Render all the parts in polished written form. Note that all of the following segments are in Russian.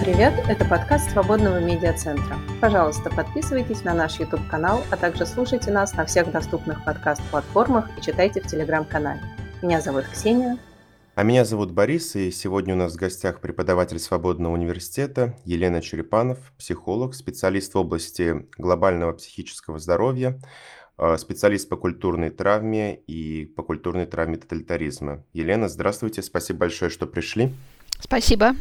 привет! Это подкаст Свободного медиацентра. Пожалуйста, подписывайтесь на наш YouTube-канал, а также слушайте нас на всех доступных подкаст-платформах и читайте в Telegram-канале. Меня зовут Ксения. А меня зовут Борис, и сегодня у нас в гостях преподаватель Свободного университета Елена Черепанов, психолог, специалист в области глобального психического здоровья, специалист по культурной травме и по культурной травме тоталитаризма. Елена, здравствуйте, спасибо большое, что пришли. Спасибо.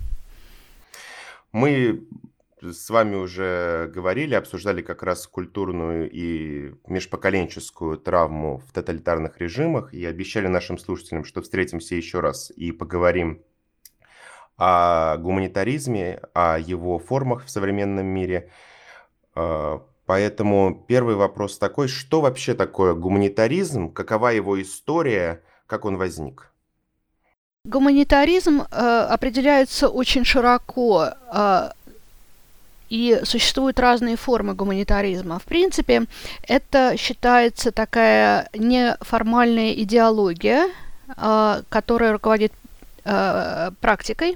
Мы с вами уже говорили, обсуждали как раз культурную и межпоколенческую травму в тоталитарных режимах и обещали нашим слушателям, что встретимся еще раз и поговорим о гуманитаризме, о его формах в современном мире. Поэтому первый вопрос такой: что вообще такое гуманитаризм, какова его история, как он возник? Гуманитаризм определяется очень широко, и существуют разные формы гуманитаризма. В принципе, это считается такая неформальная идеология, которая руководит практикой.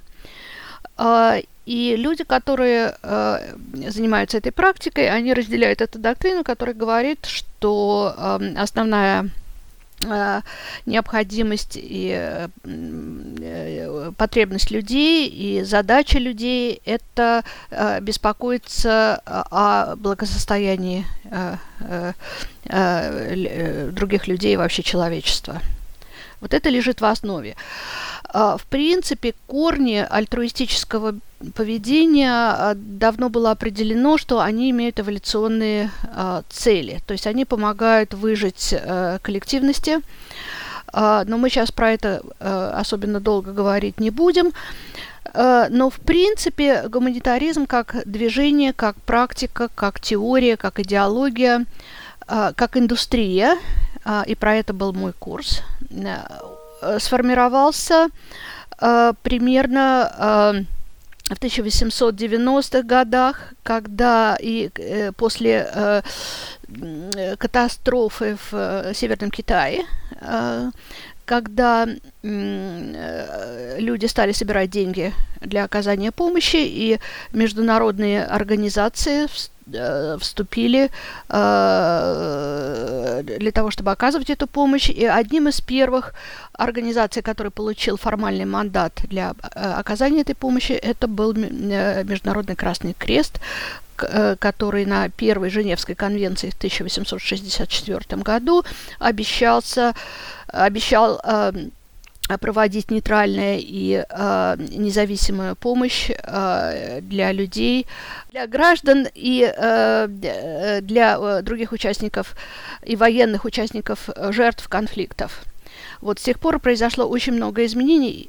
И люди, которые занимаются этой практикой, они разделяют эту доктрину, которая говорит, что основная необходимость и потребность людей и задача людей – это беспокоиться о благосостоянии других людей и вообще человечества. Вот это лежит в основе. В принципе, корни альтруистического поведения давно было определено, что они имеют эволюционные цели. То есть они помогают выжить коллективности. Но мы сейчас про это особенно долго говорить не будем. Но, в принципе, гуманитаризм как движение, как практика, как теория, как идеология, как индустрия, и про это был мой курс, сформировался примерно в 1890-х годах, когда и после катастрофы в Северном Китае, когда люди стали собирать деньги для оказания помощи, и международные организации вступили для того, чтобы оказывать эту помощь. И одним из первых организаций, который получил формальный мандат для оказания этой помощи, это был Международный Красный Крест, который на Первой Женевской конвенции в 1864 году обещал проводить нейтральную и независимую помощь для людей, для граждан и для других участников и военных участников жертв конфликтов. Вот с тех пор произошло очень много изменений.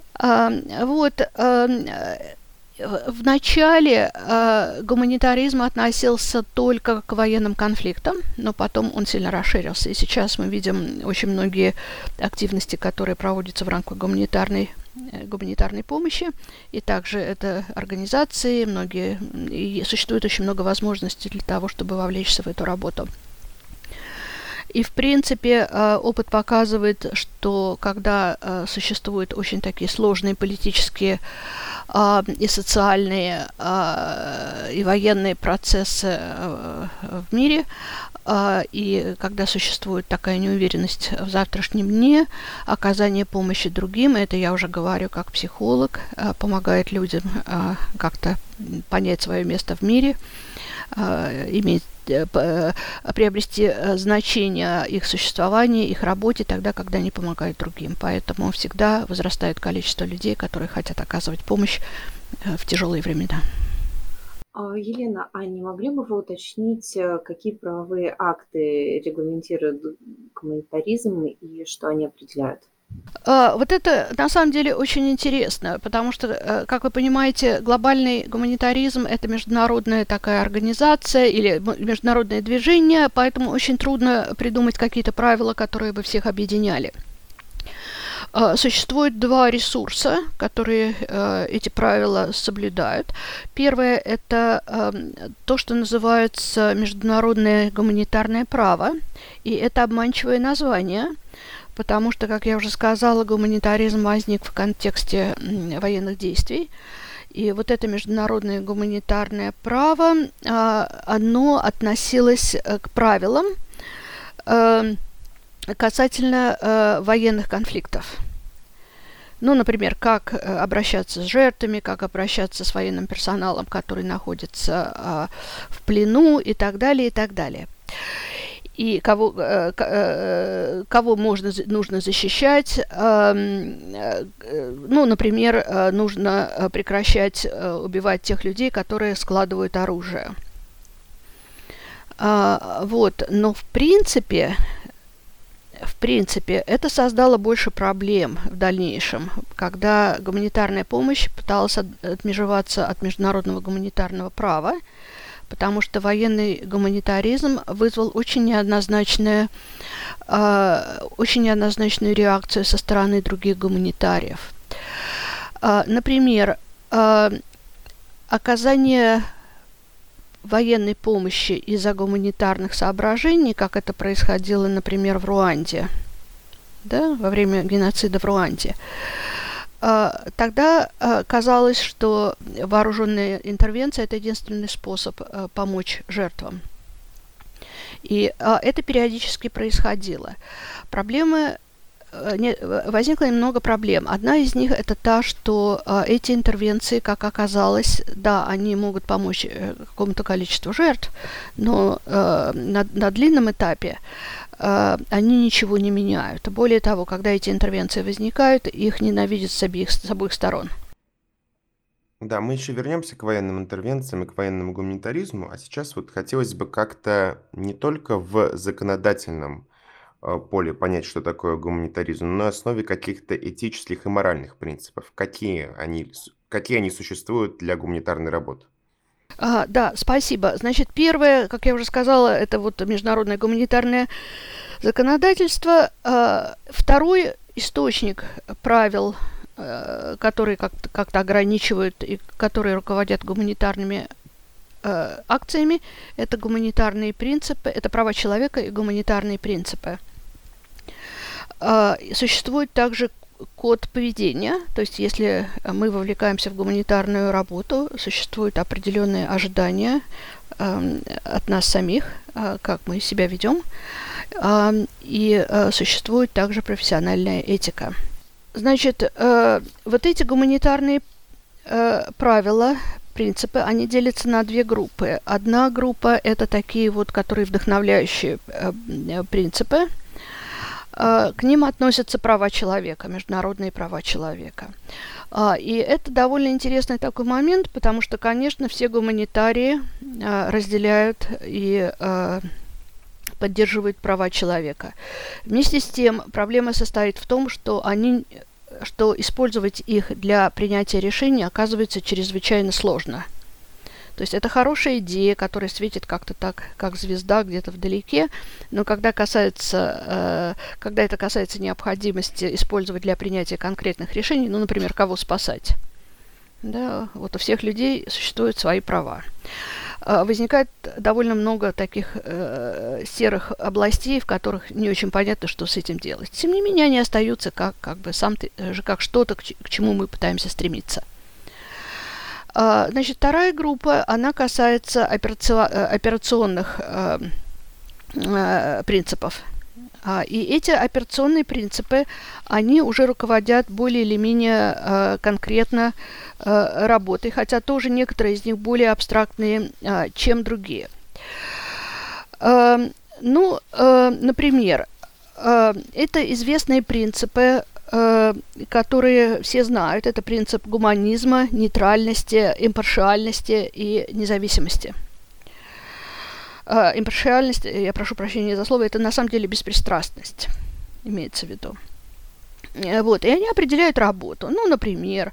В начале гуманитаризм относился только к военным конфликтам, но потом он сильно расширился. И сейчас мы видим очень многие активности, которые проводятся в рамках гуманитарной помощи. И также это организации, и существует очень много возможностей для того, чтобы вовлечься в эту работу. И, в принципе, опыт показывает, что когда существуют очень такие сложные политические и социальные, и военные процессы в мире, и когда существует такая неуверенность в завтрашнем дне, оказание помощи другим, это я уже говорю как психолог, помогает людям как-то понять свое место в мире, приобрести значение их существования, их работе тогда, когда они помогают другим. Поэтому всегда возрастает количество людей, которые хотят оказывать помощь в тяжелые времена. Елена, а не могли бы вы уточнить, какие правовые акты регламентируют гуманитаризм и что они определяют? Вот это на самом деле очень интересно, потому что, как вы понимаете, глобальный гуманитаризм – это международная такая организация или международное движение, поэтому очень трудно придумать какие-то правила, которые бы всех объединяли. Существует два ресурса, которые эти правила соблюдают. Первое – это то, что называется международное гуманитарное право, и это обманчивое название, потому что, как я уже сказала, гуманитаризм возник в контексте военных действий. И вот это международное гуманитарное право, оно относилось к правилам касательно военных конфликтов. Ну, например, как обращаться с жертвами, как обращаться с военным персоналом, который находится в плену и так далее, и так далее. И кого нужно защищать. Ну, например, нужно прекращать убивать тех людей, которые складывают оружие. Вот. Но в принципе, это создало больше проблем в дальнейшем, когда гуманитарная помощь пыталась отмежеваться от международного гуманитарного права, потому что военный гуманитаризм вызвал очень неоднозначную реакцию со стороны других гуманитариев. Например, оказание военной помощи из-за гуманитарных соображений, как это происходило, например, в Руанде, да, во время геноцида в Руанде. Тогда казалось, что вооруженная интервенция – это единственный способ помочь жертвам. И это периодически происходило. Возникло немного проблем. Одна из них – это та, что эти интервенции, как оказалось, да, они могут помочь какому-то количеству жертв, но на длинном этапе они ничего не меняют. Более того, когда эти интервенции возникают, их ненавидят с обоих сторон. Да, мы еще вернемся к военным интервенциям и к военному гуманитаризму, а сейчас вот хотелось бы как-то не только в законодательном поле понять, что такое гуманитаризм, но на основе каких-то этических и моральных принципов. Какие они существуют для гуманитарной работы? Да, спасибо. Значит, первое, как я уже сказала, это вот международное гуманитарное законодательство. Второй источник правил, которые как-то ограничивают и которые руководят гуманитарными акциями, это гуманитарные принципы, это права человека и гуманитарные принципы. Существует также код поведения, то есть если мы вовлекаемся в гуманитарную работу, существуют определенные ожидания от нас самих, как мы себя ведем, и существует также профессиональная этика. Значит, вот эти гуманитарные правила, принципы, они делятся на две группы. Одна группа – это такие вот, которые вдохновляющие принципы. К ним относятся права человека, международные права человека. И это довольно интересный такой момент, потому что, конечно, все гуманитарии разделяют и поддерживают права человека. Вместе с тем, проблема состоит в том, что использовать их для принятия решений оказывается чрезвычайно сложно. То есть это хорошая идея, которая светит как-то так, как звезда где-то вдалеке, но когда это касается необходимости использовать для принятия конкретных решений, ну, например, кого спасать, да, вот у всех людей существуют свои права. Возникает довольно много таких серых областей, в которых не очень понятно, что с этим делать. Тем не менее, они остаются как что-то, к чему мы пытаемся стремиться. Значит, вторая группа, она касается операционных принципов. И эти операционные принципы, они уже руководят более или менее конкретно работой, хотя тоже некоторые из них более абстрактные, чем другие. Например, это известные принципы, которые все знают. Это принцип гуманизма, нейтральности, импаршиальности и независимости. Импаршиальность, я прошу прощения за слово, это на самом деле беспристрастность, имеется в виду. Вот, и они определяют работу. Ну, например,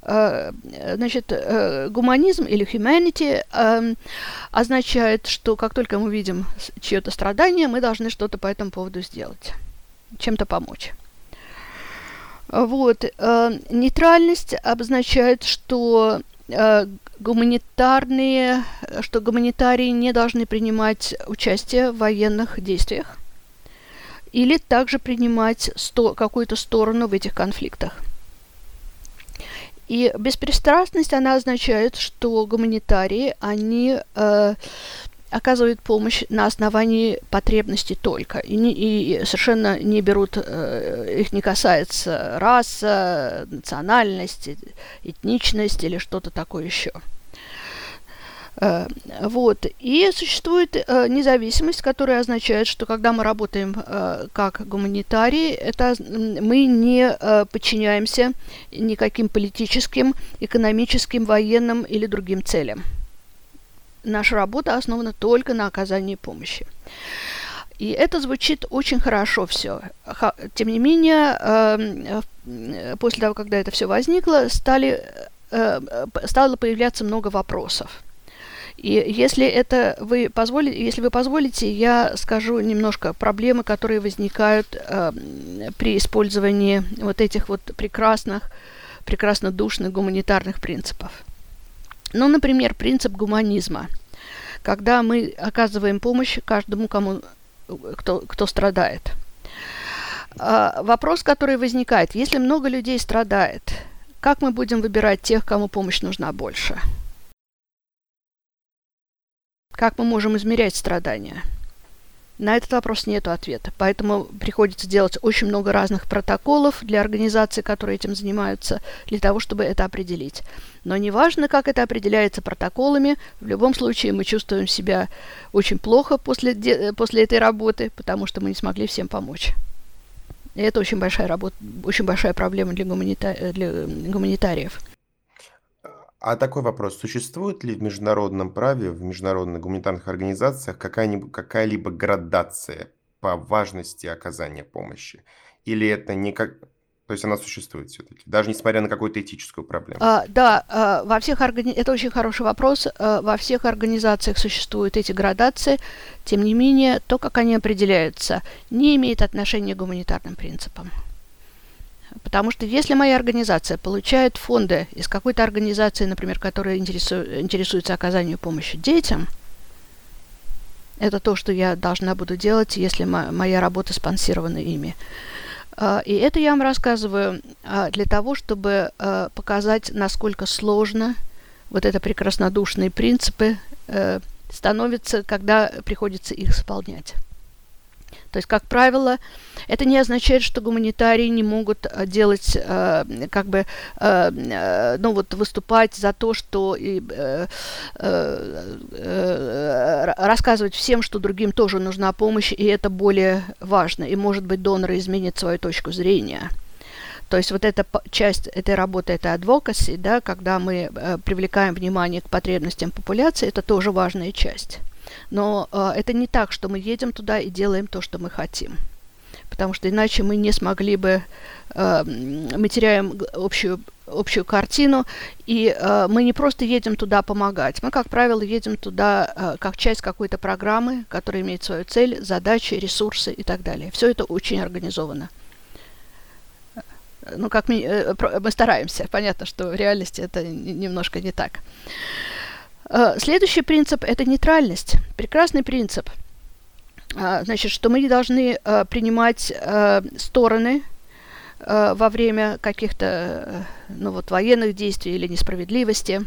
гуманизм или humanity означает, что как только мы видим чье-то страдание, мы должны что-то по этому поводу сделать, чем-то помочь. Вот, нейтральность обозначает, что гуманитарии не должны принимать участие в военных действиях или также принимать какую-то сторону в этих конфликтах. И беспристрастность, она означает, что гуманитарии, они оказывают помощь на основании потребностей только. И совершенно не берут, их не касается раса, национальность, этничность или что-то такое еще. Вот. И существует независимость, которая означает, что когда мы работаем как гуманитарии, мы не подчиняемся никаким политическим, экономическим, военным или другим целям. Наша работа основана только на оказании помощи. И это звучит очень хорошо все. Тем не менее, после того, когда это все возникло, стало появляться много вопросов. И если вы позволите, я скажу немножко проблемы, которые возникают при использовании вот этих вот прекрасно душных гуманитарных принципов. Ну, например, принцип гуманизма. Когда мы оказываем помощь каждому, кто страдает. Вопрос, который возникает, если много людей страдает, как мы будем выбирать тех, кому помощь нужна больше? Как мы можем измерять страдания? На этот вопрос нет ответа. Поэтому приходится делать очень много разных протоколов для организаций, которые этим занимаются, для того, чтобы это определить. Но неважно, как это определяется протоколами, в любом случае мы чувствуем себя очень плохо после этой работы, потому что мы не смогли всем помочь. И это очень большая проблема для гуманитариев. А такой вопрос. Существует ли в международном праве, в международных гуманитарных организациях какая-либо градация по важности оказания помощи? Или это никак... То есть она существует все-таки, даже несмотря на какую-то этическую проблему? Да, это очень хороший вопрос. Во всех организациях существуют эти градации. Тем не менее, то, как они определяются, не имеет отношения к гуманитарным принципам. Потому что если моя организация получает фонды из какой-то организации, например, которая интересуется оказанием помощи детям, это то, что я буду делать, если моя работа спонсирована ими. И это я вам рассказываю для того, чтобы показать, насколько сложно вот это прекраснодушные принципы становятся, когда приходится их исполнять. То есть, как правило, это не означает, что гуманитарии не могут делать, выступать за то, что рассказывать всем, что другим тоже нужна помощь, и это более важно. И, может быть, доноры изменят свою точку зрения. То есть вот эта часть этой работы, это advocacy, да, когда мы привлекаем внимание к потребностям популяции, это тоже важная часть. Но это не так, что мы едем туда и делаем то, что мы хотим. Потому что иначе мы не смогли бы... мы теряем общую картину, и мы не просто едем туда помогать. Мы, как правило, едем туда как часть какой-то программы, которая имеет свою цель, задачи, ресурсы и так далее. Все это очень организовано. Ну, как мы стараемся. Понятно, что в реальности это немножко не так. Следующий принцип – это нейтральность. Прекрасный принцип. Значит, что мы не должны принимать стороны во время каких-то военных действий или несправедливости.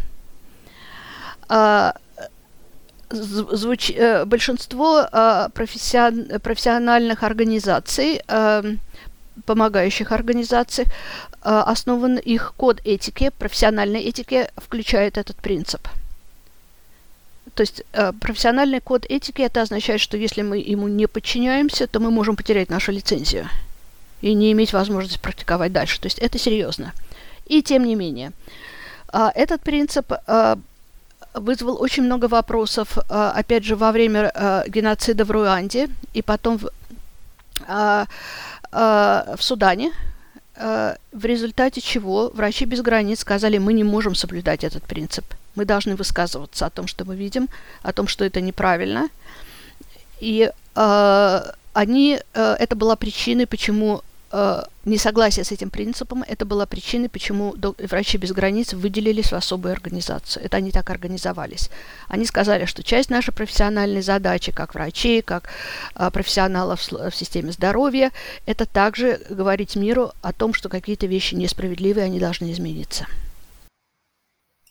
Большинство профессиональных организаций, помогающих организаций, основан их код этики, профессиональной этики включает этот принцип. То есть профессиональный код этики, это означает, что если мы ему не подчиняемся, то мы можем потерять нашу лицензию и не иметь возможности практиковать дальше. То есть это серьезно. И тем не менее, этот принцип вызвал очень много вопросов, опять же, во время геноцида в Руанде и потом в Судане, в результате чего Врачи без границ сказали, мы не можем соблюдать этот принцип. Мы должны высказываться о том, что мы видим, о том, что это неправильно. И это была причиной, почему несогласие с этим принципом, это была причиной, почему Врачи без границ выделились в особую организацию. Это они так организовались. Они сказали, что часть нашей профессиональной задачи, как врачей, как профессионалов в системе здоровья, это также говорить миру о том, что какие-то вещи несправедливые, они должны измениться.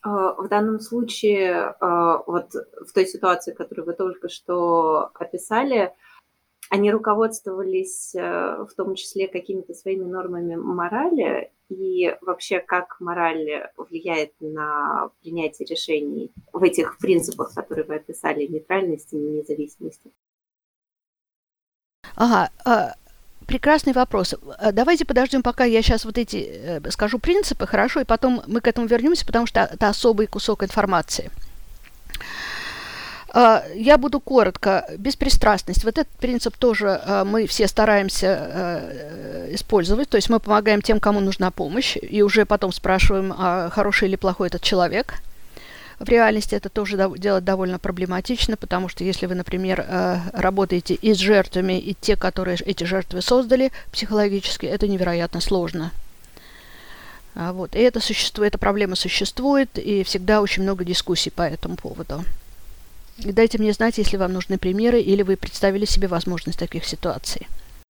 В данном случае, вот в той ситуации, которую вы только что описали, они руководствовались, в том числе какими-то своими нормами морали, и вообще как мораль влияет на принятие решений в этих принципах, которые вы описали, нейтральности и независимости? Ага, прекрасный вопрос. Давайте подождем, пока я сейчас вот эти скажу принципы, хорошо, и потом мы к этому вернемся, потому что это особый кусок информации. Я буду коротко. Беспристрастность. Вот этот принцип тоже мы все стараемся использовать. То есть мы помогаем тем, кому нужна помощь, и уже потом спрашиваем, хороший или плохой этот человек. В реальности это тоже делать довольно проблематично, потому что если вы, например, работаете и с жертвами, и те, которые эти жертвы создали психологически, это невероятно сложно. Вот. И эта проблема существует, и всегда очень много дискуссий по этому поводу. И дайте мне знать, если вам нужны примеры, или вы представили себе возможность таких ситуаций.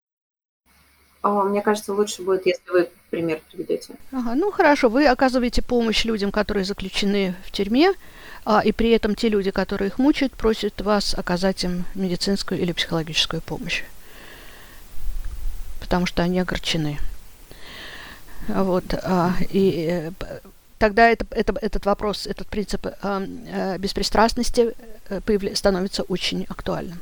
Мне кажется, лучше будет, если вы пример приведете. Ага, ну хорошо, вы оказываете помощь людям, которые заключены в тюрьме, и при этом те люди, которые их мучают, просят вас оказать им медицинскую или психологическую помощь, потому что они огорчены. Вот, тогда этот вопрос, этот принцип беспристрастности становится очень актуальным.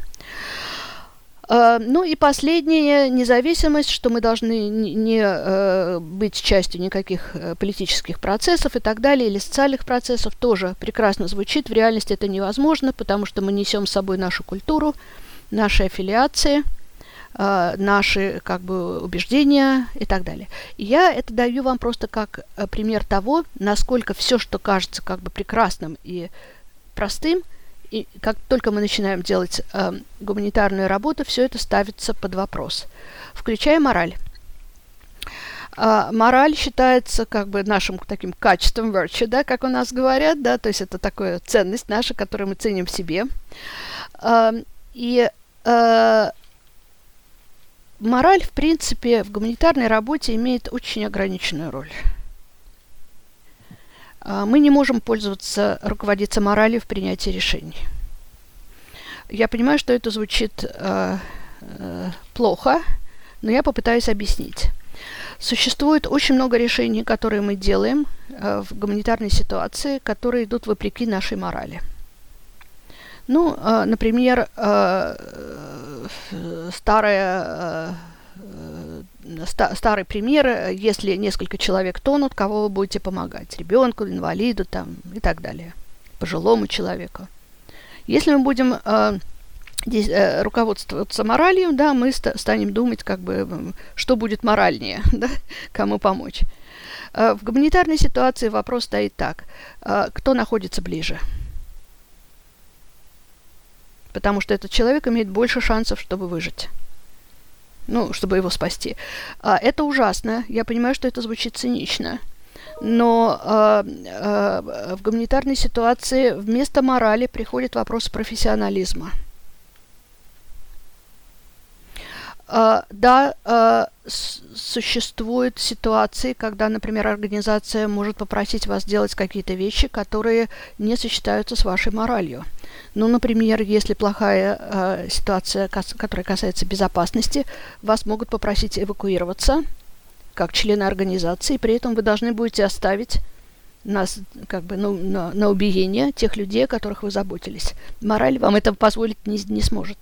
Ну и последнее, независимость, что мы должны не быть частью никаких политических процессов и так далее, или социальных процессов, тоже прекрасно звучит. В реальности это невозможно, потому что мы несем с собой нашу культуру, наши аффилиации, наши убеждения и так далее. И я это даю вам просто как пример того, насколько все, что кажется прекрасным и простым, и как только мы начинаем делать гуманитарную работу, все это ставится под вопрос, включая мораль. Мораль считается нашим таким качеством virtue, да, как у нас говорят, да, то есть это такая ценность наша, которую мы ценим в себе. Мораль, в принципе, в гуманитарной работе имеет очень ограниченную роль. Мы не можем руководиться моралью в принятии решений. Я понимаю, что это звучит плохо, но я попытаюсь объяснить. Существует очень много решений, которые мы делаем в гуманитарной ситуации, которые идут вопреки нашей морали. Ну, например, старый пример, если несколько человек тонут, кого вы будете помогать? Ребенку, инвалиду и так далее, пожилому человеку. Если мы будем руководствоваться моралью, да, мы станем думать, что будет моральнее, да, кому помочь. В гуманитарной ситуации вопрос стоит так: кто находится ближе? Потому что этот человек имеет больше шансов, чтобы выжить. Ну, чтобы его спасти. Это ужасно. Я понимаю, что это звучит цинично. Но в гуманитарной ситуации вместо морали приходит вопрос профессионализма. Существуют ситуации, когда, например, организация может попросить вас делать какие-то вещи, которые не сочетаются с вашей моралью. Ну, например, если плохая ситуация, которая касается безопасности, вас могут попросить эвакуироваться как члена организации, при этом вы должны будете оставить нас на убиение тех людей, о которых вы заботились. Мораль вам это позволить не сможет.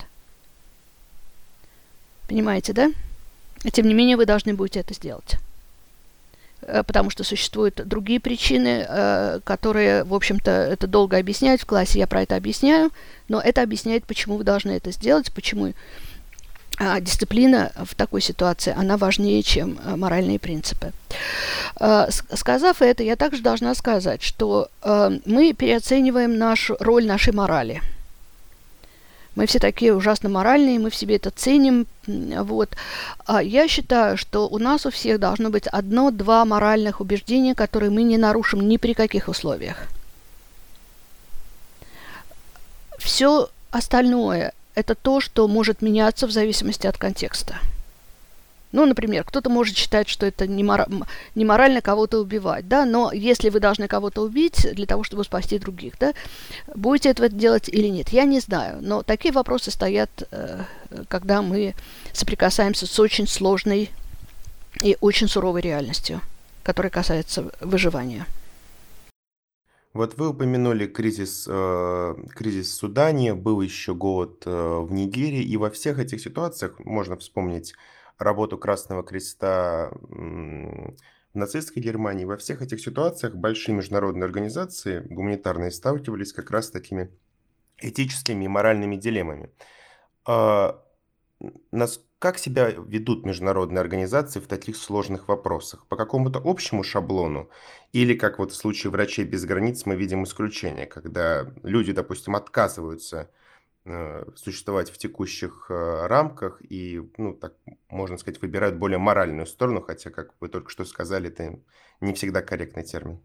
Понимаете, да? Тем не менее, вы должны будете это сделать. Потому что существуют другие причины, которые, в общем-то, это долго объяснять. В классе я про это объясняю, но это объясняет, почему вы должны это сделать, почему дисциплина в такой ситуации, она важнее, чем моральные принципы. Сказав это, я также должна сказать, что мы переоцениваем роль нашей морали. Мы все такие ужасно моральные, мы в себе это ценим. Вот. Я считаю, что у нас у всех должно быть 1-2 моральных убеждения, которые мы не нарушим ни при каких условиях. Все остальное – это то, что может меняться в зависимости от контекста. Ну, например, кто-то может считать, что это неморально кого-то убивать, да, но если вы должны кого-то убить для того, чтобы спасти других, да, будете это делать или нет, я не знаю. Но такие вопросы стоят, когда мы соприкасаемся с очень сложной и очень суровой реальностью, которая касается выживания. Вот вы упомянули кризис в Судане, был еще голод в Нигерии, и во всех этих ситуациях можно вспомнить работу Красного Креста в нацистской Германии. Во всех этих ситуациях большие международные организации гуманитарные сталкивались как раз с такими этическими и моральными дилеммами. Как себя ведут международные организации в таких сложных вопросах? По какому-то общему шаблону? Или, как вот в случае «Врачей без границ», мы видим исключение, когда люди, допустим, отказываются существовать в текущих рамках и, ну, так можно сказать, выбирают более моральную сторону, хотя, как вы только что сказали, это не всегда корректный термин.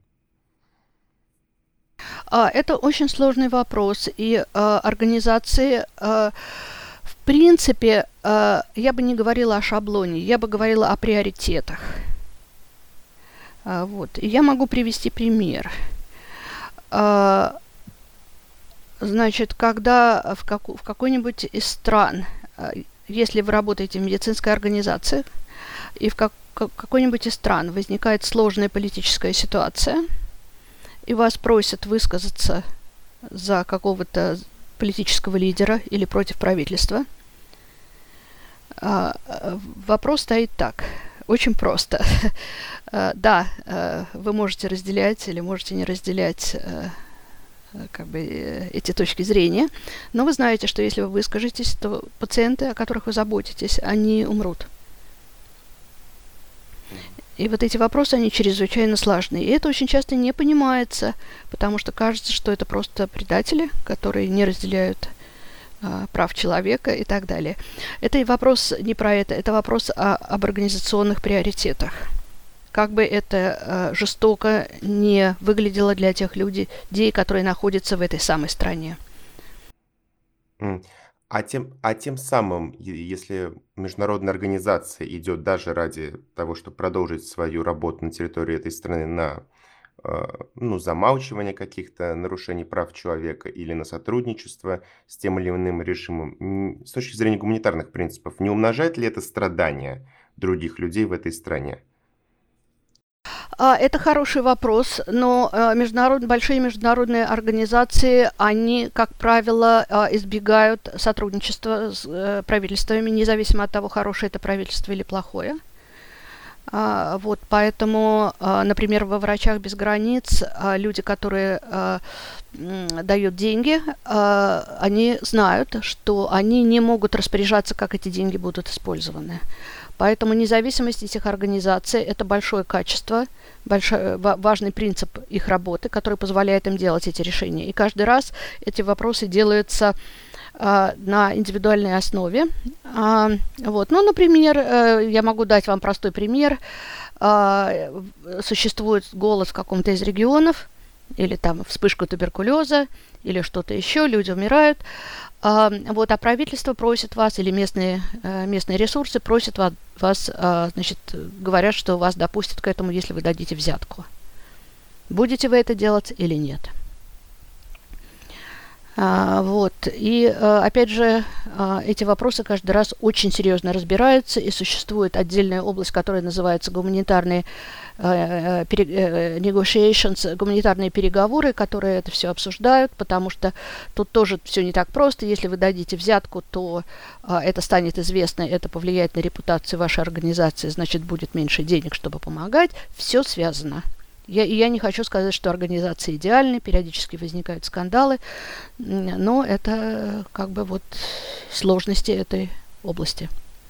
Это очень сложный вопрос, и организации, в принципе, я бы не говорила о шаблоне, я бы говорила о приоритетах. Вот. И я могу привести пример. Значит, когда в какой-нибудь из стран, если вы работаете в медицинской организации, и в какой-нибудь из стран возникает сложная политическая ситуация, и вас просят высказаться за какого-то политического лидера или против правительства, вопрос стоит так, очень просто. Да, вы можете разделять или можете не разделять эти точки зрения, но вы знаете, что если вы выскажетесь, то пациенты, о которых вы заботитесь, они умрут. И вот эти вопросы, они чрезвычайно сложные. И это очень часто не понимается, потому что кажется, что это просто предатели, которые не разделяют прав человека и так далее. Это вопрос не про это вопрос об организационных приоритетах. Как бы это жестоко не выглядело для тех людей, которые находятся в этой самой стране. А тем самым, если международная организация идет даже ради того, чтобы продолжить свою работу на территории этой страны на замалчивание каких-то нарушений прав человека или на сотрудничество с тем или иным режимом, с точки зрения гуманитарных принципов, не умножает ли это страдания других людей в этой стране? Это хороший вопрос, но большие международные организации, они, как правило, избегают сотрудничества с правительствами, независимо от того, хорошее это правительство или плохое. Вот, поэтому, например, во «Врачах без границ» люди, которые дают деньги, они знают, что они не могут распоряжаться, как эти деньги будут использованы. Поэтому независимость этих организаций – это большое качество, важный принцип их работы, который позволяет им делать эти решения. И каждый раз эти вопросы делаются на индивидуальной основе. Вот. Ну, например, я могу дать вам простой пример. Существует голод в каком-то из регионов, или там вспышка туберкулеза, или что-то еще, люди умирают. Вот, а правительство просит вас, или местные ресурсы просят вас, значит, говорят, что вас допустят к этому, если вы дадите взятку. Будете вы это делать или нет? Вот. И, опять же, эти вопросы каждый раз очень серьезно разбираются, и существует отдельная область, которая называется гуманитарные negotiations, гуманитарные переговоры, которые это все обсуждают, потому что тут тоже все не так просто. Если вы дадите взятку, то это станет известно, это повлияет на репутацию вашей организации, значит, будет меньше денег, чтобы помогать. Все связано. Я не хочу сказать, что организации идеальны, периодически возникают скандалы, но это как бы вот сложности этой области.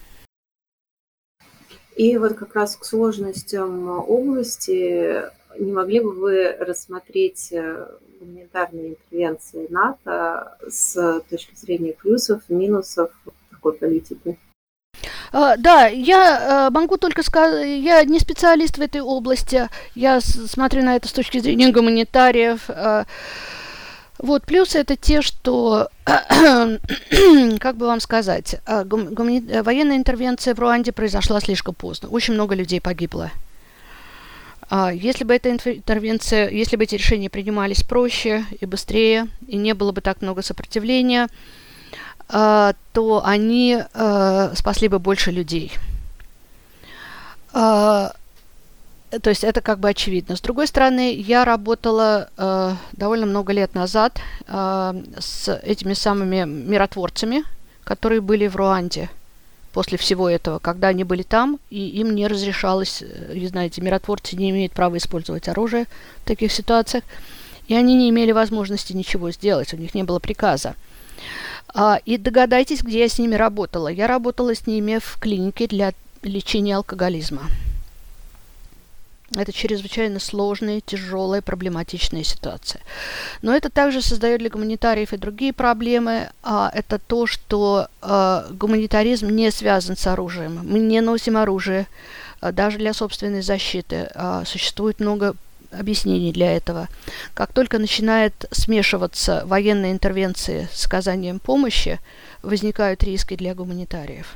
И вот как раз к сложностям области не могли бы вы рассмотреть гуманитарные интервенции НАТО с точки зрения плюсов, минусов такой политики? Да, я могу только сказать, я не специалист в этой области, я смотрю на это с точки зрения гуманитариев. Вот, плюсы это те, что Как бы вам сказать, военная интервенция в Руанде произошла слишком поздно. Очень много людей погибло. Если бы эта интервенция, если бы эти решения принимались проще и быстрее, и не было бы так много сопротивления, то они спасли бы больше людей. То есть это как бы очевидно. С другой стороны, я работала довольно много лет назад с этими самыми миротворцами, которые были в Руанде после всего этого, когда они были там, и им не разрешалось, вы знаете, миротворцы не имеют права использовать оружие в таких ситуациях, и они не имели возможности ничего сделать, у них не было приказа. И догадайтесь, где я с ними работала. Я работала с ними в клинике для лечения алкоголизма. Это чрезвычайно сложная, тяжелая, проблематичная ситуация. Но это также создает для гуманитариев и другие проблемы. Это то, что гуманитаризм не связан с оружием. Мы не носим оружие даже для собственной защиты. Существует много объяснений для этого. Как только начинает смешиваться военные интервенции с оказанием помощи, возникают риски для гуманитариев.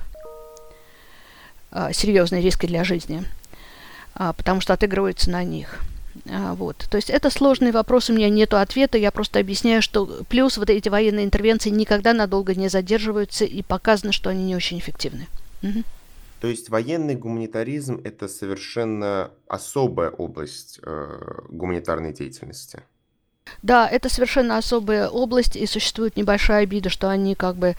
Серьезные риски для жизни. Потому что отыгрываются на них. Вот. То есть это сложный вопрос, у меня нет ответа, я просто объясняю, что плюс вот эти военные интервенции никогда надолго не задерживаются, и показано, что они не очень эффективны. Угу. То есть военный гуманитаризм – это совершенно особая область гуманитарной деятельности. Да, это совершенно особая область, и существует небольшая обида, что они как бы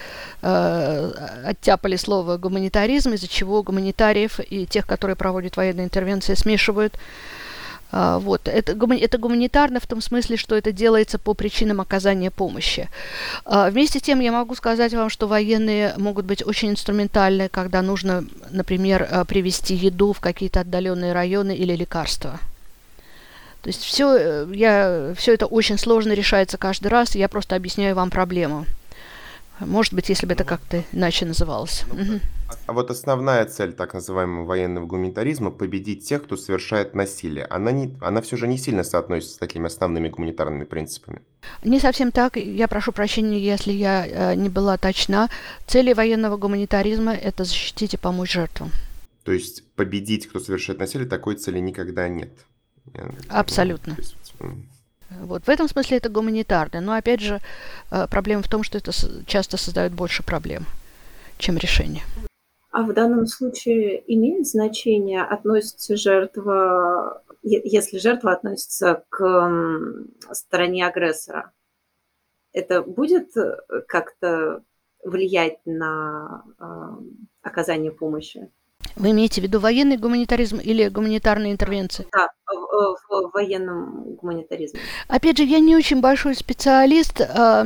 оттяпали слово гуманитаризм, из-за чего гуманитариев и тех, которые проводят военные интервенции, смешивают. Вот. Это гуманитарно в том смысле, что это делается по причинам оказания помощи. Вместе с тем я могу сказать вам, что военные могут быть очень инструментальны, когда нужно, например, привезти еду в какие-то отдаленные районы или лекарства. То есть все это очень сложно решается каждый раз, и я просто объясняю вам проблему. Может быть, если бы это как-то иначе называлось. А вот основная цель так называемого военного гуманитаризма – победить тех, кто совершает насилие. Она все же не сильно соотносится с такими основными гуманитарными принципами. Не совсем так. Я прошу прощения, если я не была точна. Цели военного гуманитаризма – это защитить и помочь жертвам. То есть победить, кто совершает насилие, такой цели никогда нет. Абсолютно. Вот в этом смысле это гуманитарно. Но опять же, проблема в том, что это часто создает больше проблем, чем решение. А в данном случае имеет значение, относится жертва, если жертва относится к стороне агрессора, это будет как-то влиять на оказание помощи? Вы имеете в виду военный гуманитаризм или гуманитарные интервенции? Да, в военном гуманитаризме. Опять же, я не очень большой специалист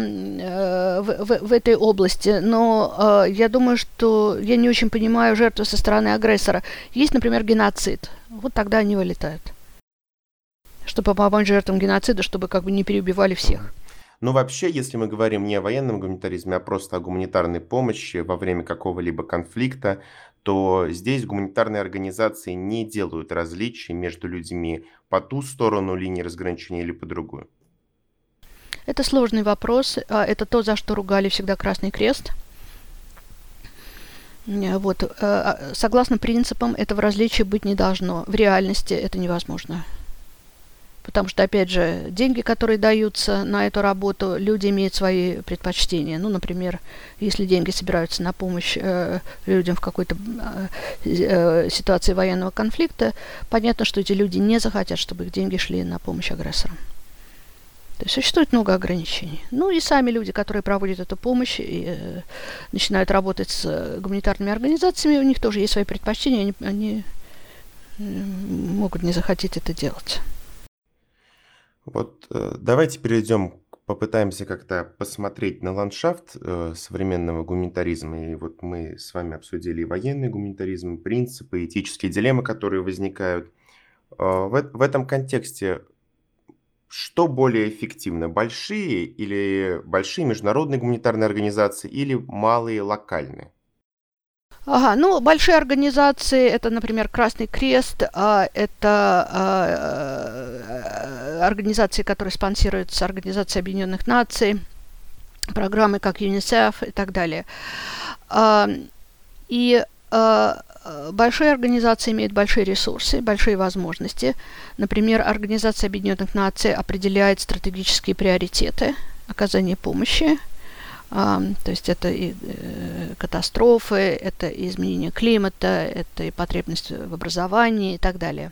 в этой области, но я думаю, что я не очень понимаю жертву со стороны агрессора. Есть, например, геноцид. Вот тогда они вылетают. Чтобы помочь жертвам геноцида, чтобы как бы не переубивали всех. Ну, вообще, если мы говорим не о военном гуманитаризме, а просто о гуманитарной помощи во время какого-либо конфликта, то здесь гуманитарные организации не делают различий между людьми по ту сторону линии разграничения или по другую. Это сложный вопрос. Это то, за что ругали всегда Красный Крест. Вот. Согласно принципам, этого различия быть не должно. В реальности это невозможно. Потому что, опять же, деньги, которые даются на эту работу, люди имеют свои предпочтения. Ну, например, если деньги собираются на помощь людям в какой-то ситуации военного конфликта, понятно, что эти люди не захотят, чтобы их деньги шли на помощь агрессорам. То есть существует много ограничений. Ну и сами люди, которые проводят эту помощь и начинают работать с гуманитарными организациями, у них тоже есть свои предпочтения, они могут не захотеть это делать. Вот давайте попытаемся как-то посмотреть на ландшафт современного гуманитаризма. И вот мы с вами обсудили и военный гуманитаризм, и принципы, этические дилеммы, которые возникают. В этом контексте что более эффективно? Большие международные гуманитарные организации или малые локальные? Ага, ну, большие организации, это, например, Красный Крест, это организации, которые спонсируются Организацией Объединенных Наций, программы как ЮНИСЕФ и так далее. И большие организации имеют большие ресурсы, большие возможности. Например, Организация Объединенных Наций определяет стратегические приоритеты оказания помощи. То есть это и катастрофы, это и изменение климата, это и потребность в образовании и так далее.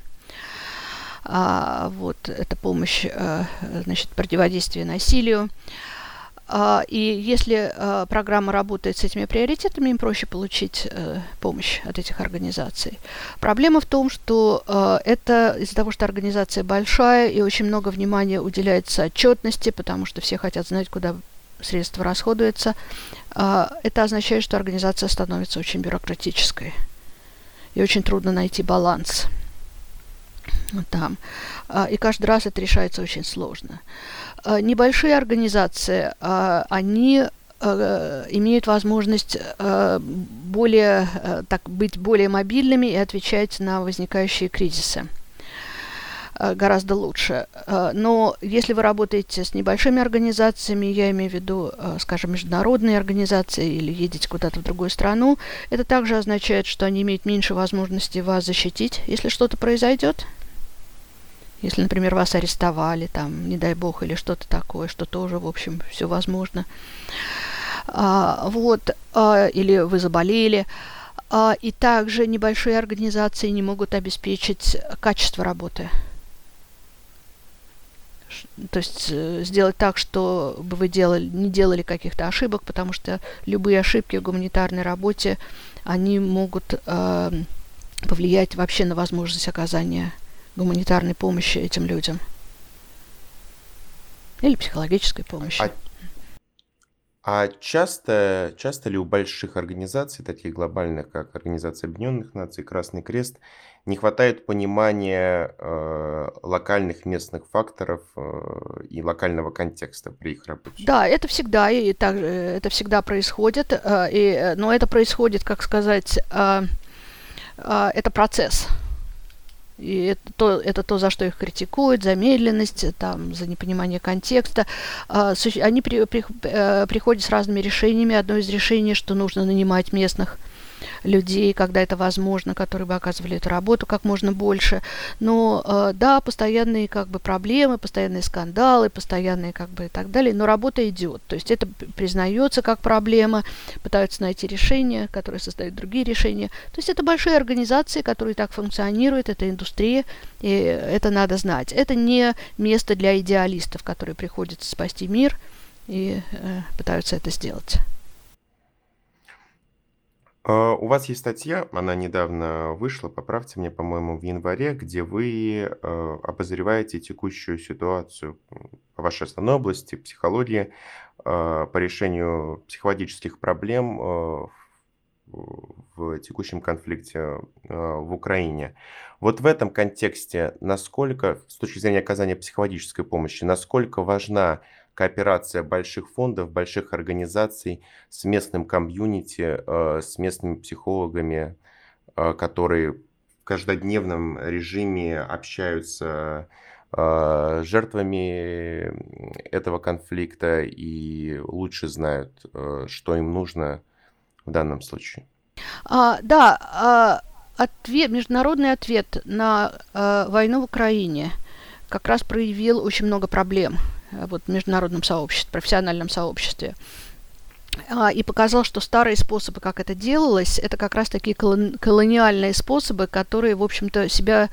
Вот это помощь, значит, противодействие насилию. И если программа работает с этими приоритетами, им проще получить помощь от этих организаций. Проблема в том, что это из-за того, что организация большая и очень много внимания уделяется отчетности, потому что все хотят знать, куда средства расходуются, это означает, что организация становится очень бюрократической. И очень трудно найти баланс там. И каждый раз это решается очень сложно. Небольшие организации, они имеют возможность быть более мобильными и отвечать на возникающие кризисы гораздо лучше. Но если вы работаете с небольшими организациями, я имею в виду, скажем, международные организации или едете куда-то в другую страну, это также означает, что они имеют меньше возможности вас защитить, если что-то произойдет. Если, например, вас арестовали, там, не дай бог, или что-то такое, что тоже, в общем, все возможно. Или вы заболели. И также небольшие организации не могут обеспечить качество работы. То есть сделать так, чтобы вы не делали каких-то ошибок, потому что любые ошибки в гуманитарной работе, они могут повлиять вообще на возможность оказания гуманитарной помощи этим людям. Или психологической помощи. А часто ли у больших организаций, таких глобальных, как Организация Объединенных Наций, Красный Крест, не хватает понимания локальных местных факторов и локального контекста при их работе? Да, это всегда, это всегда происходит, но это происходит, как сказать, это процесс. И это то, за что их критикуют, за медленность, там, за непонимание контекста. Они приходят с разными решениями. Одно из решений, что нужно нанимать местных людей, когда это возможно, которые бы оказывали эту работу как можно больше. Но да, постоянные проблемы, постоянные скандалы, постоянные и так далее, но работа идет. То есть это признается как проблема, пытаются найти решения, которые создают другие решения. То есть это большие организации, которые так функционируют, это индустрия, и это надо знать. Это не место для идеалистов, которые приходят спасти мир и пытаются это сделать. У вас есть статья, она недавно вышла, поправьте меня, по-моему, в январе, где вы обозреваете текущую ситуацию по вашей основной области, психологии, по решению психологических проблем в текущем конфликте в Украине. Вот в этом контексте, насколько, с точки зрения оказания психологической помощи, насколько важна кооперация больших фондов, больших организаций с местным комьюнити, с местными психологами, которые в каждодневном режиме общаются с жертвами этого конфликта и лучше знают, что им нужно в данном случае? Международный ответ на войну в Украине как раз проявил очень много проблем в международном сообществе, профессиональном сообществе. И показал, что старые способы, как это делалось, это как раз такие колониальные способы, которые, в общем-то, себя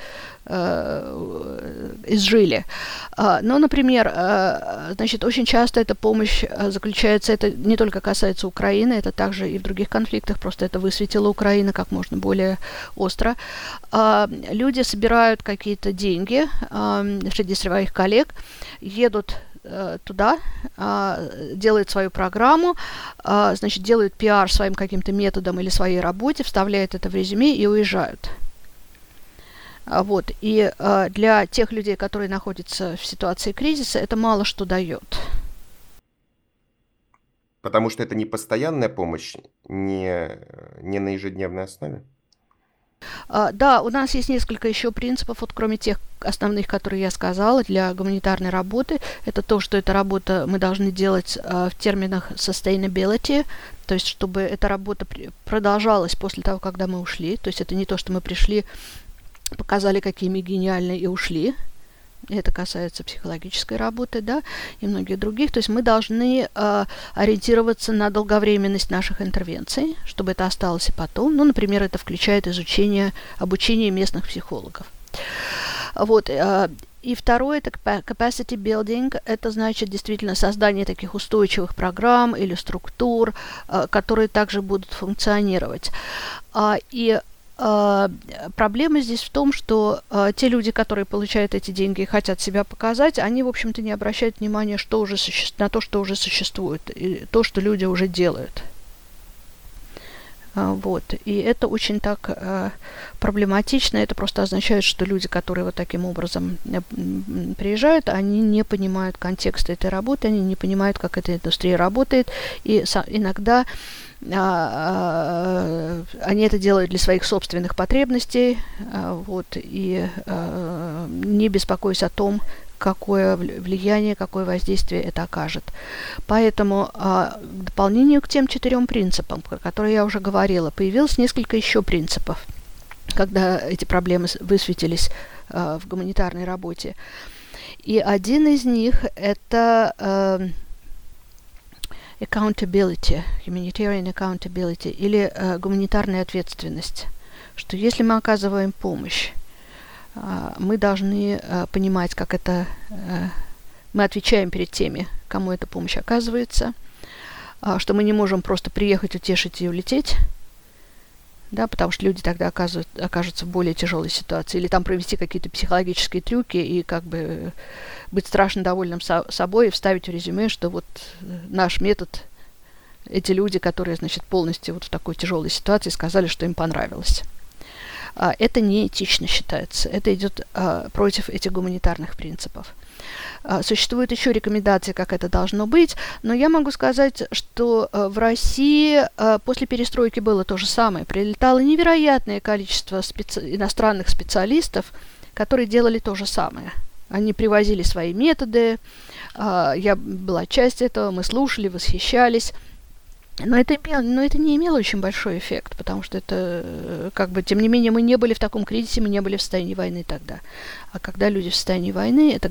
изжили. Но, например, очень часто эта помощь заключается, это не только касается Украины, это также и в других конфликтах, просто это высветило Украину как можно более остро. Люди собирают какие-то деньги среди своих коллег, едут туда, делают свою программу, делают пиар своим каким-то методом или своей работе, вставляют это в резюме и уезжают. И для тех людей, которые находятся в ситуации кризиса, это мало что дает. Потому что это не постоянная помощь, не на ежедневной основе? Да, у нас есть несколько еще принципов, вот кроме тех основных, которые я сказала, для гуманитарной работы. Это то, что эта работа мы должны делать в терминах sustainability, то есть чтобы эта работа продолжалась после того, когда мы ушли. То есть это не то, что мы пришли, показали, какие мы гениальные и ушли. Это касается психологической работы, да, и многих других. То есть мы должны ориентироваться на долговременность наших интервенций, чтобы это осталось и потом. Ну, например, это включает обучение местных психологов. Вот. И второе, это capacity building. Это значит действительно создание таких устойчивых программ или структур, которые также будут функционировать. Проблема здесь в том, что те люди, которые получают эти деньги и хотят себя показать, они, в общем-то, не обращают внимания на то, что уже существует, и то, что люди уже делают. Вот. И это очень так проблематично. Это просто означает, что люди, которые вот таким образом приезжают, они не понимают контекста этой работы, они не понимают, как эта индустрия работает, и иногда они это делают для своих собственных потребностей, вот, и не беспокоясь о том, какое влияние, какое воздействие это окажет. Поэтому к дополнению к тем 4 принципам, про которые я уже говорила, появилось несколько еще принципов, когда эти проблемы высветились в гуманитарной работе. И один из них – это accountability, humanitarian accountability, или гуманитарная ответственность, что если мы оказываем помощь, мы должны понимать, как это мы отвечаем перед теми, кому эта помощь оказывается, что мы не можем просто приехать, утешить и улететь, да, потому что люди тогда окажутся в более тяжелой ситуации, или там провести какие-то психологические трюки и как бы быть страшно довольным собой и вставить в резюме, что вот наш метод, эти люди, которые, значит, полностью вот в такой тяжелой ситуации, сказали, что им понравилось. Это неэтично считается. Это идет против этих гуманитарных принципов. Существуют еще рекомендации, как это должно быть, но я могу сказать, что в России после перестройки было то же самое. Прилетало невероятное количество иностранных специалистов, которые делали то же самое. Они привозили свои методы, я была частью этого, мы слушали, восхищались. Но это не имело очень большой эффект, потому что это, как бы, тем не менее, мы не были в таком кризисе, мы не были в состоянии войны тогда. А когда люди в состоянии войны, это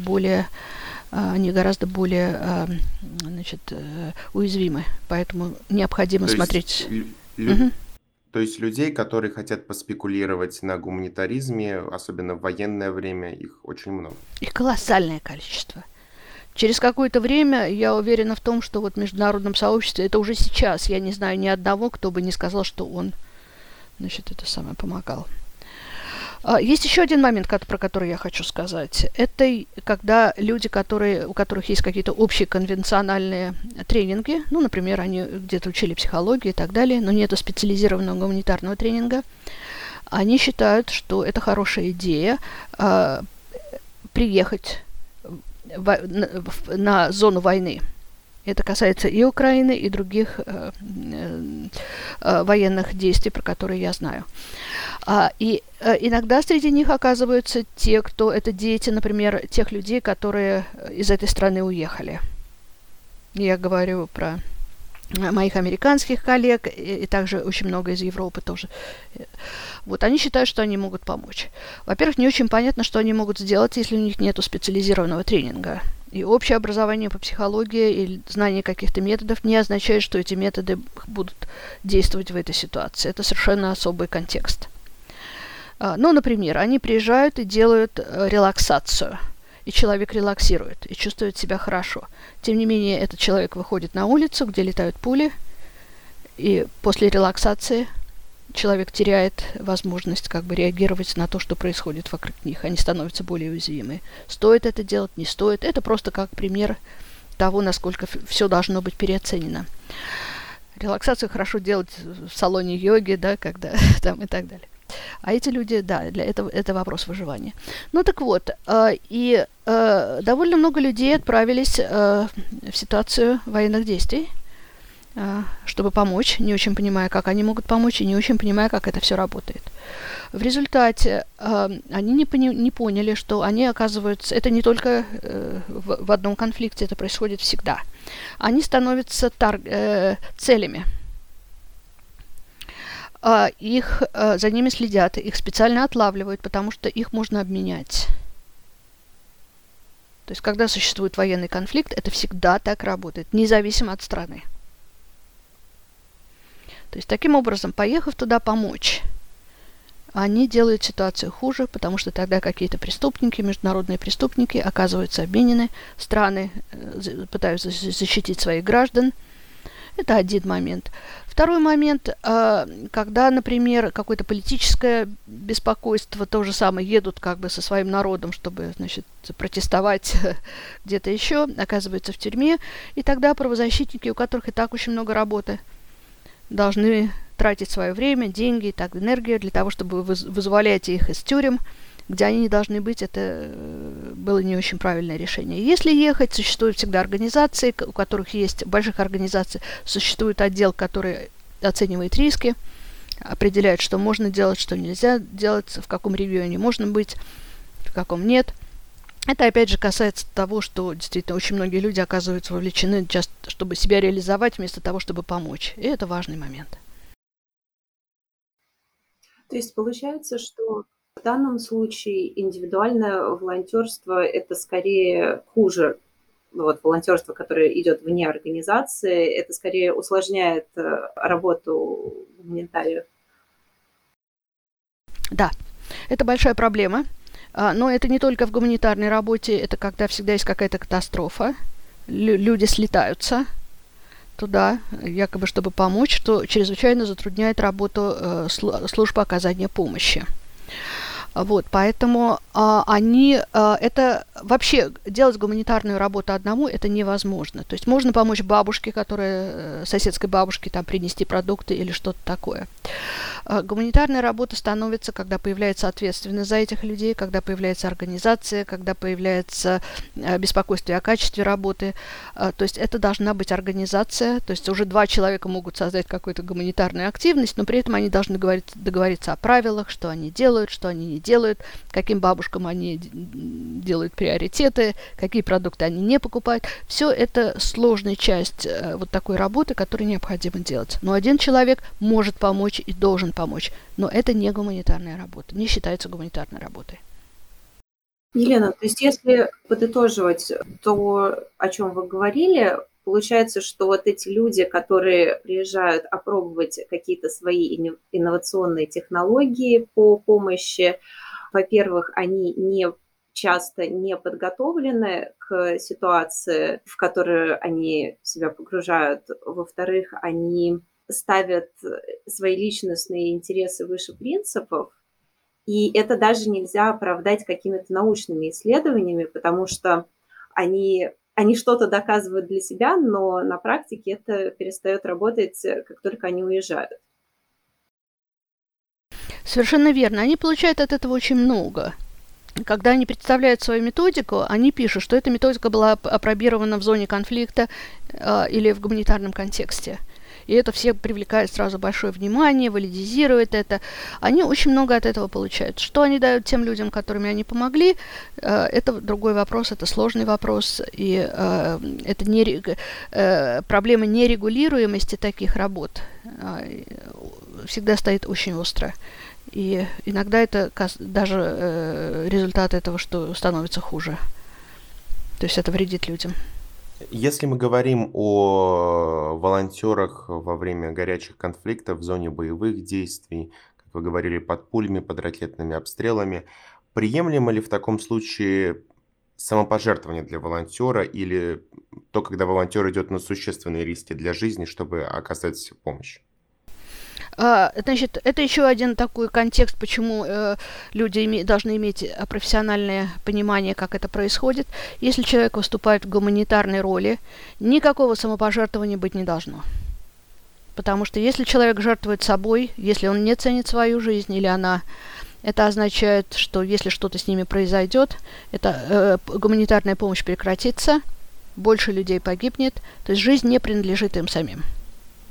они гораздо более, значит, уязвимы. Поэтому необходимо смотреть. То есть людей, которые хотят поспекулировать на гуманитаризме, особенно в военное время, их очень много. Их колоссальное количество. Через какое-то время я уверена в том, что вот в международном сообществе, это уже сейчас, я не знаю ни одного, кто бы не сказал, что он, значит, это самое помогал. Есть еще один момент, про который я хочу сказать. Это когда люди, у которых есть какие-то общие конвенциональные тренинги, ну, например, они где-то учили психологию и так далее, но нету специализированного гуманитарного тренинга, они считают, что это хорошая идея приехать на зону войны. Это касается и Украины, и других военных действий, про которые я знаю. И иногда среди них оказываются те, кто это дети, например, тех людей, которые из этой страны уехали. Я говорю про моих американских коллег, и также очень много из Европы тоже. Вот, они считают, что они могут помочь. Во-первых, не очень понятно, что они могут сделать, если у них нет специализированного тренинга. И общее образование по психологии или знание каких-то методов не означает, что эти методы будут действовать в этой ситуации. Это совершенно особый контекст. Ну, например, они приезжают и делают релаксацию. И человек релаксирует и чувствует себя хорошо. Тем не менее, этот человек выходит на улицу, где летают пули, и после релаксации человек теряет возможность как бы реагировать на то, что происходит вокруг них. Они становятся более уязвимы. Стоит это делать, не стоит. Это просто как пример того, насколько все должно быть переоценено. Релаксацию хорошо делать в салоне йоги, да, когда там и так далее. А эти люди, да, для этого это вопрос выживания. Ну так вот, довольно много людей отправились в ситуацию военных действий, чтобы помочь, не очень понимая, как они могут помочь, и не очень понимая, как это все работает. В результате они не поняли, что они оказываются... Это не только в одном конфликте, это происходит всегда. Они становятся целями. За ними следят, их специально отлавливают, потому что их можно обменять. То есть, когда существует военный конфликт, это всегда так работает, независимо от страны. То есть, таким образом, поехав туда помочь, они делают ситуацию хуже, потому что тогда какие-то преступники, международные преступники оказываются обменены, страны пытаются защитить своих граждан. Это один момент. Второй момент, когда, например, какое-то политическое беспокойство, то же самое, едут как бы со своим народом, чтобы, значит, протестовать где-то еще, оказываются в тюрьме, и тогда правозащитники, у которых и так очень много работы, должны тратить свое время, деньги, так, энергию для того, чтобы вызволять их из тюрем, где они не должны быть. Это было не очень правильное решение. Если ехать, существуют всегда организации, у которых есть, больших организаций, существует отдел, который оценивает риски, определяет, что можно делать, что нельзя делать, в каком регионе можно быть, в каком нет. Это, опять же, касается того, что действительно очень многие люди оказываются вовлечены, чтобы себя реализовать, вместо того, чтобы помочь. И это важный момент. То есть получается, что в данном случае индивидуальное волонтерство – это скорее хуже. Вот, волонтерство, которое идет вне организации, это скорее усложняет работу гуманитариев. Да, это большая проблема. Но это не только в гуманитарной работе, это когда всегда есть какая-то катастрофа. Люди слетаются туда, якобы чтобы помочь, что чрезвычайно затрудняет работу службы оказания помощи. Вот, поэтому это вообще делать гуманитарную работу одному это невозможно. То есть можно помочь бабушке, соседской бабушке, там, принести продукты или что-то такое. Гуманитарная работа становится, когда появляется ответственность за этих людей, когда появляется организация, когда появляется беспокойство о качестве работы. То есть это должна быть организация. То есть уже 2 человека могут создать какую-то гуманитарную активность, но при этом они должны договориться о правилах, что они делают, что они не делают, каким бабушкам они делают приоритеты, какие продукты они не покупают. Все это сложная часть вот такой работы, которую необходимо делать. Но один человек может помочь и должен помочь, но это не гуманитарная работа, не считается гуманитарной работой. Елена, то есть если подытоживать то, о чем вы говорили, получается, что вот эти люди, которые приезжают опробовать какие-то свои инновационные технологии по помощи, во-первых, они часто не подготовлены к ситуации, в которую они себя погружают. Во-вторых, они ставят свои личностные интересы выше принципов, и это даже нельзя оправдать какими-то научными исследованиями, потому что они что-то доказывают для себя, но на практике это перестает работать, как только они уезжают. Совершенно верно. Они получают от этого очень много. Когда они представляют свою методику, они пишут, что эта методика была апробирована в зоне конфликта или в гуманитарном контексте. И это все привлекает сразу большое внимание, валидизирует это. Они очень много от этого получают. Что они дают тем людям, которыми они помогли, это другой вопрос, это сложный вопрос. И это проблема нерегулируемости таких работ всегда стоит очень остро. И иногда это даже результат этого, что становится хуже. То есть это вредит людям. Если мы говорим о волонтерах во время горячих конфликтов, в зоне боевых действий, как вы говорили, под пулями, под ракетными обстрелами, приемлемо ли в таком случае самопожертвование для волонтера или то, когда волонтер идет на существенные риски для жизни, чтобы оказать помощь? Значит, это еще один такой контекст, почему люди должны иметь профессиональное понимание, как это происходит. Если человек выступает в гуманитарной роли, никакого самопожертвования быть не должно. Потому что если человек жертвует собой, если он не ценит свою жизнь или она, это означает, что если что-то с ними произойдет, гуманитарная помощь прекратится, больше людей погибнет, то есть жизнь не принадлежит им самим.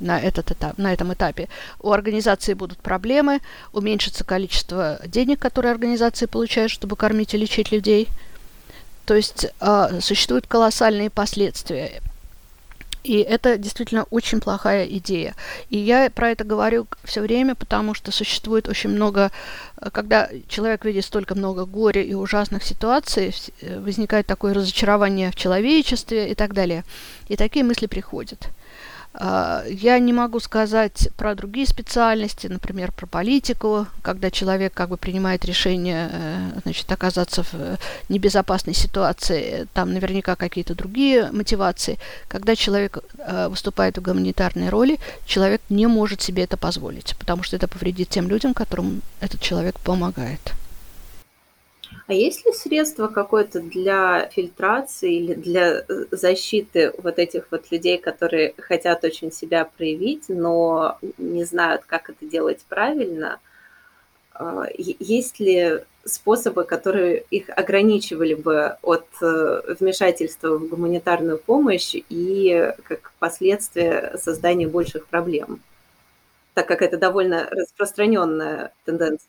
на этом этапе. У организации будут проблемы, уменьшится количество денег, которые организации получают, чтобы кормить и лечить людей. То есть существуют колоссальные последствия. И это действительно очень плохая идея. И я про это говорю все время, потому что существует очень много, когда человек видит столько много горя и ужасных ситуаций, возникает такое разочарование в человечестве и так далее. И такие мысли приходят. Я не могу сказать про другие специальности, например, про политику, когда человек как бы принимает решение, значит, оказаться в небезопасной ситуации, там наверняка какие-то другие мотивации. Когда человек выступает в гуманитарной роли, человек не может себе это позволить, потому что это повредит тем людям, которым этот человек помогает. А есть ли средство какое-то для фильтрации или для защиты вот этих вот людей, которые хотят очень себя проявить, но не знают, как это делать правильно? Есть ли способы, которые их ограничивали бы от вмешательства в гуманитарную помощь и, как последствие, создания больших проблем? Так как это довольно распространенная тенденция.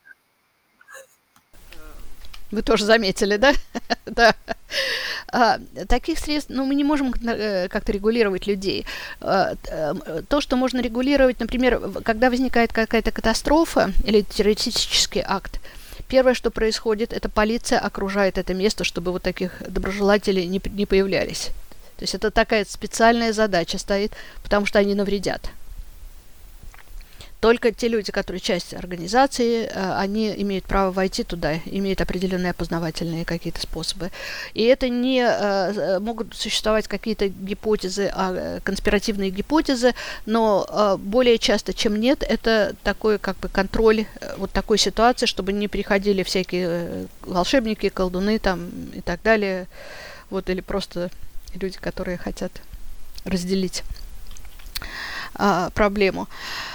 Вы тоже заметили, да? Да. Таких средств, мы не можем как-то регулировать людей. То, что можно регулировать, например, когда возникает какая-то катастрофа или террористический акт, первое, что происходит, это полиция окружает это место, чтобы вот таких доброжелателей не появлялись. То есть это такая специальная задача стоит, потому что они навредят. Только те люди, которые часть организации, они имеют право войти туда, имеют определенные опознавательные какие-то способы. И это не могут существовать какие-то гипотезы, конспиративные гипотезы, но более часто, чем нет, это такой как бы контроль вот такой ситуации, чтобы не приходили всякие волшебники, колдуны там и так далее, вот, или просто люди, которые хотят разделить проблему.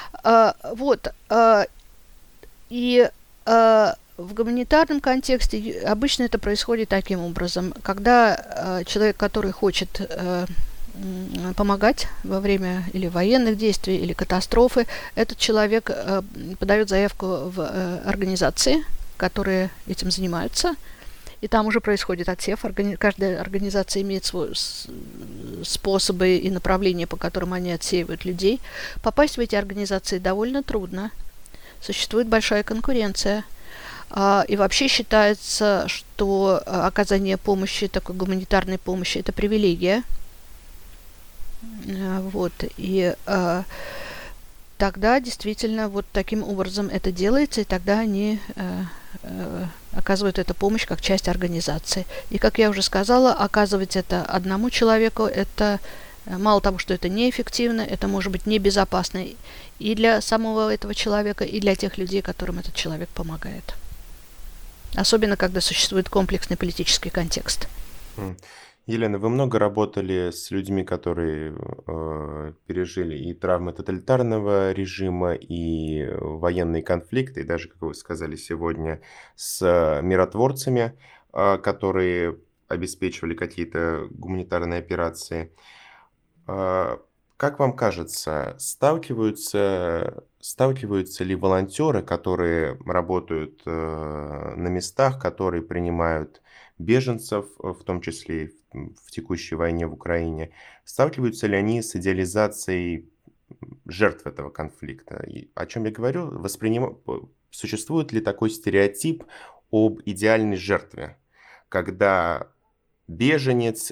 И в гуманитарном контексте обычно это происходит таким образом. Когда человек, который хочет помогать во время или военных действий, или катастрофы, этот человек подает заявку в организации, которые этим занимаются, и там уже происходит отсев. Каждая организация имеет свои способы и направления, по которым они отсеивают людей. Попасть в эти организации довольно трудно. Существует большая конкуренция. И вообще считается, что оказание помощи, такой гуманитарной помощи, это привилегия. И тогда действительно вот таким образом это делается, и тогда они оказывают эту помощь как часть организации. И, как я уже сказала, оказывать это одному человеку, это мало того, что это неэффективно, это может быть небезопасно и для самого этого человека, и для тех людей, которым этот человек помогает. Особенно, когда существует комплексный политический контекст. Елена, вы много работали с людьми, которые пережили и травмы тоталитарного режима, и военные конфликты, и даже, как вы сказали сегодня, с миротворцами, которые обеспечивали какие-то гуманитарные операции. Как вам кажется, сталкиваются ли волонтеры, которые работают на местах, которые принимают беженцев, в том числе и в текущей войне в Украине, сталкиваются ли они с идеализацией жертв этого конфликта? И о чем я говорю? Существует ли такой стереотип об идеальной жертве, когда беженец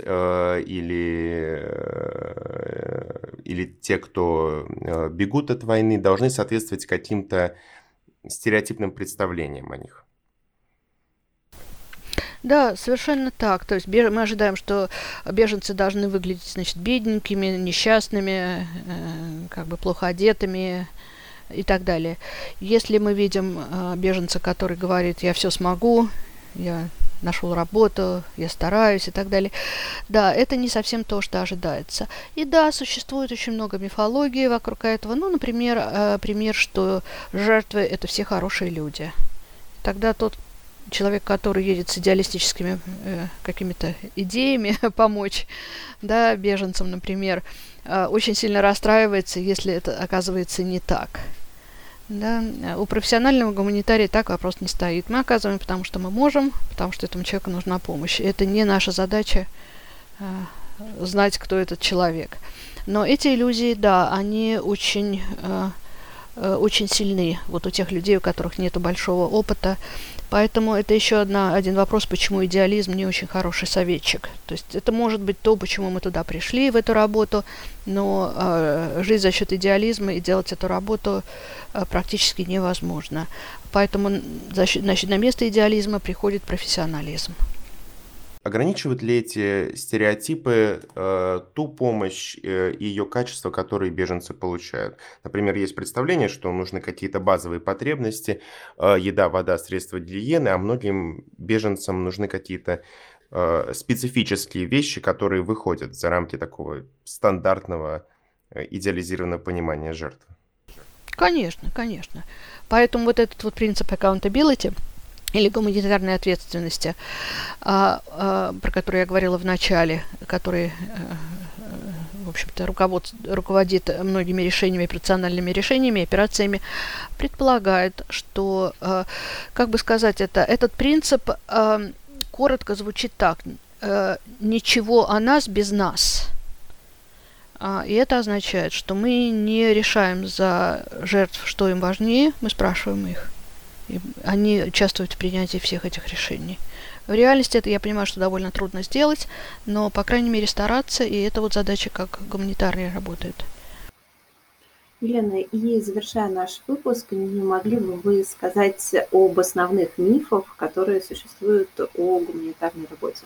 или те, кто бегут от войны, должны соответствовать каким-то стереотипным представлениям о них? Да, совершенно так. То есть мы ожидаем, что беженцы должны выглядеть, значит, бедненькими, несчастными, как бы плохо одетыми и так далее. Если мы видим беженца, который говорит: я все смогу, я нашел работу, я стараюсь и так далее. Да, это не совсем то, что ожидается. И да, существует очень много мифологии вокруг этого. Например, пример, что жертвы – это все хорошие люди. Тогда тот, человек, который едет с идеалистическими какими-то идеями помочь, да, беженцам, например, очень сильно расстраивается, если это оказывается не так. Да. У профессионального гуманитария так вопрос не стоит. Мы оказываем, потому что мы можем, потому что этому человеку нужна помощь. Это не наша задача знать, кто этот человек. Но эти иллюзии, да, они очень сильны вот у тех людей, у которых нет большого опыта. Поэтому это еще один вопрос, почему идеализм не очень хороший советчик. То есть это может быть то, почему мы туда пришли, в эту работу, но жить за счет идеализма и делать эту работу практически невозможно. Поэтому на место идеализма приходит профессионализм. Ограничивают ли эти стереотипы ту помощь и ее качество, которые беженцы получают? Например, есть представление, что нужны какие-то базовые потребности, еда, вода, средства гигиены, а многим беженцам нужны какие-то специфические вещи, которые выходят за рамки такого стандартного идеализированного понимания жертвы. Конечно, конечно. Поэтому вот этот вот принцип accountability или гуманитарной ответственности, про который я говорила в начале, который, в общем-то, руководит многими решениями, операциональными решениями, операциями, предполагает, что, как бы сказать, этот принцип коротко звучит так: ничего о нас без нас. И это означает, что мы не решаем за жертв, что им важнее, мы спрашиваем их. И они участвуют в принятии всех этих решений. В реальности это, я понимаю, что довольно трудно сделать, но, по крайней мере, стараться, и это вот задача, как гуманитария работает. Елена, и завершая наш выпуск, не могли бы вы сказать об основных мифах, которые существуют о гуманитарной работе?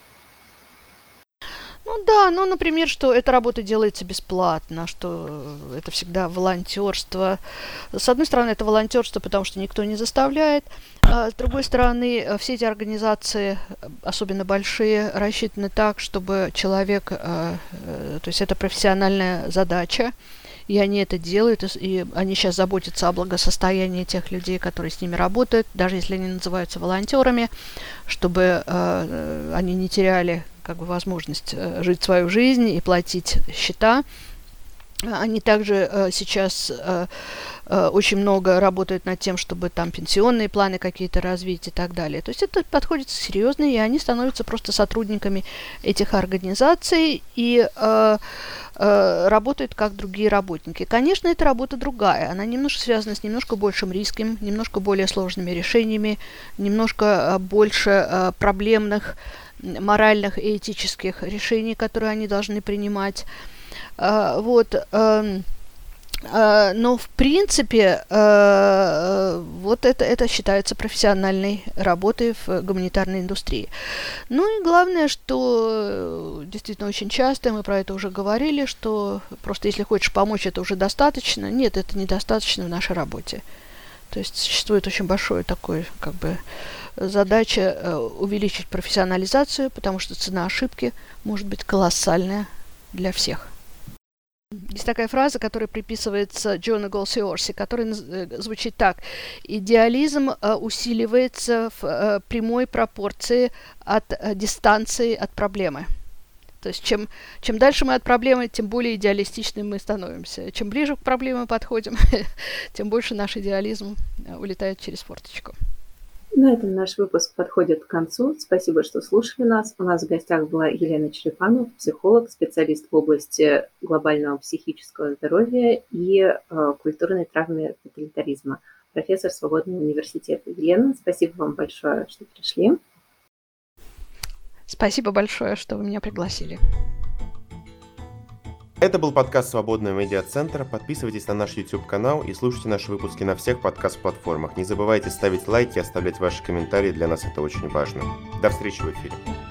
Ну да, например, что эта работа делается бесплатно, что это всегда волонтерство. С одной стороны, это волонтерство, потому что никто не заставляет. А с другой стороны, все эти организации, особенно большие, рассчитаны так, чтобы человек, то есть это профессиональная задача, и они это делают, и они сейчас заботятся о благосостоянии тех людей, которые с ними работают, даже если они называются волонтерами, чтобы они не теряли возможность жить свою жизнь и платить счета. Они также сейчас очень много работают над тем, чтобы там пенсионные планы какие-то развить и так далее. То есть это подходит серьезно, и они становятся просто сотрудниками этих организаций и работают как другие работники. Конечно, эта работа другая. Она немножко связана с немножко большим риском, немножко более сложными решениями, немножко больше проблемных моральных и этических решений, которые они должны принимать. Но в принципе вот это считается профессиональной работой в гуманитарной индустрии. Ну и главное, что действительно очень часто, мы про это уже говорили, что просто если хочешь помочь, это уже достаточно. Нет, это недостаточно в нашей работе. То есть существует очень большое такое, задача увеличить профессионализацию, потому что цена ошибки может быть колоссальная для всех. Есть такая фраза, которая приписывается Джону Голсиорси, которая звучит так: идеализм усиливается в прямой пропорции от дистанции от проблемы. То есть чем дальше мы от проблемы, тем более идеалистичными мы становимся. Чем ближе к проблеме подходим, тем больше наш идеализм улетает через форточку. На этом наш выпуск подходит к концу. Спасибо, что слушали нас. У нас в гостях была Елена Черепанова, психолог, специалист в области глобального психического здоровья и культурной травмы тоталитаризма, профессор Свободного университета. Елена, спасибо вам большое, что пришли. Спасибо большое, что вы меня пригласили. Это был подкаст Свободного медиа-центра. Подписывайтесь на наш YouTube-канал и слушайте наши выпуски на всех подкаст-платформах. Не забывайте ставить лайки и оставлять ваши комментарии, для нас это очень важно. До встречи в эфире.